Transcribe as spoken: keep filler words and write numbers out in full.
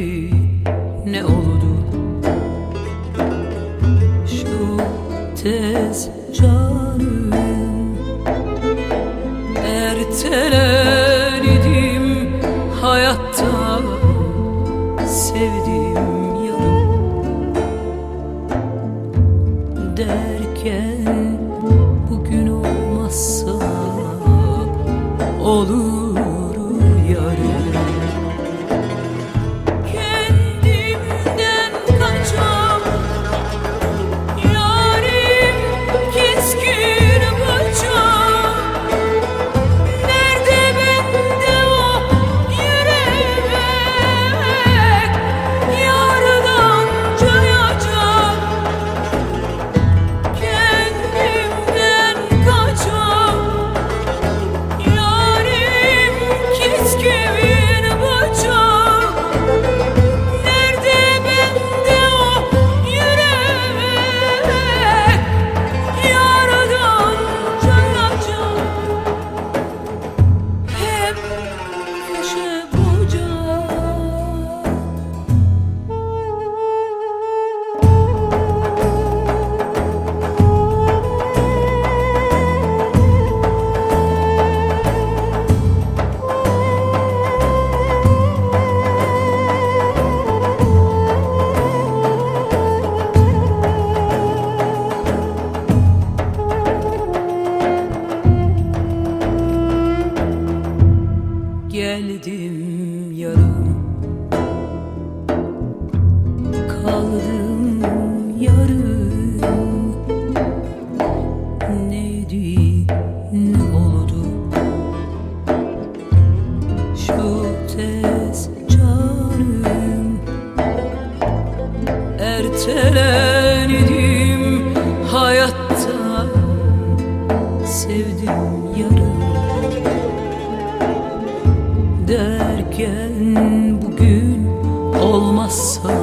ne oldu? Şu tez canım erteledim hayatta sevdim yarım derken bugün olmazsa olur yarın. Kendimden kaçam yarim keskin bıçak. Nerede bende o yürek yardan cayacak. Kendimden kaçam yarim keskin bıçak. Nerede bende o yürek yardan cayacak. Hep köşe bucak. Geldim yarım, kaldım yarım. Neydi, ne oldu? Şu tez canım erteledim hayatta sevdim yarım derken bugün olmazsa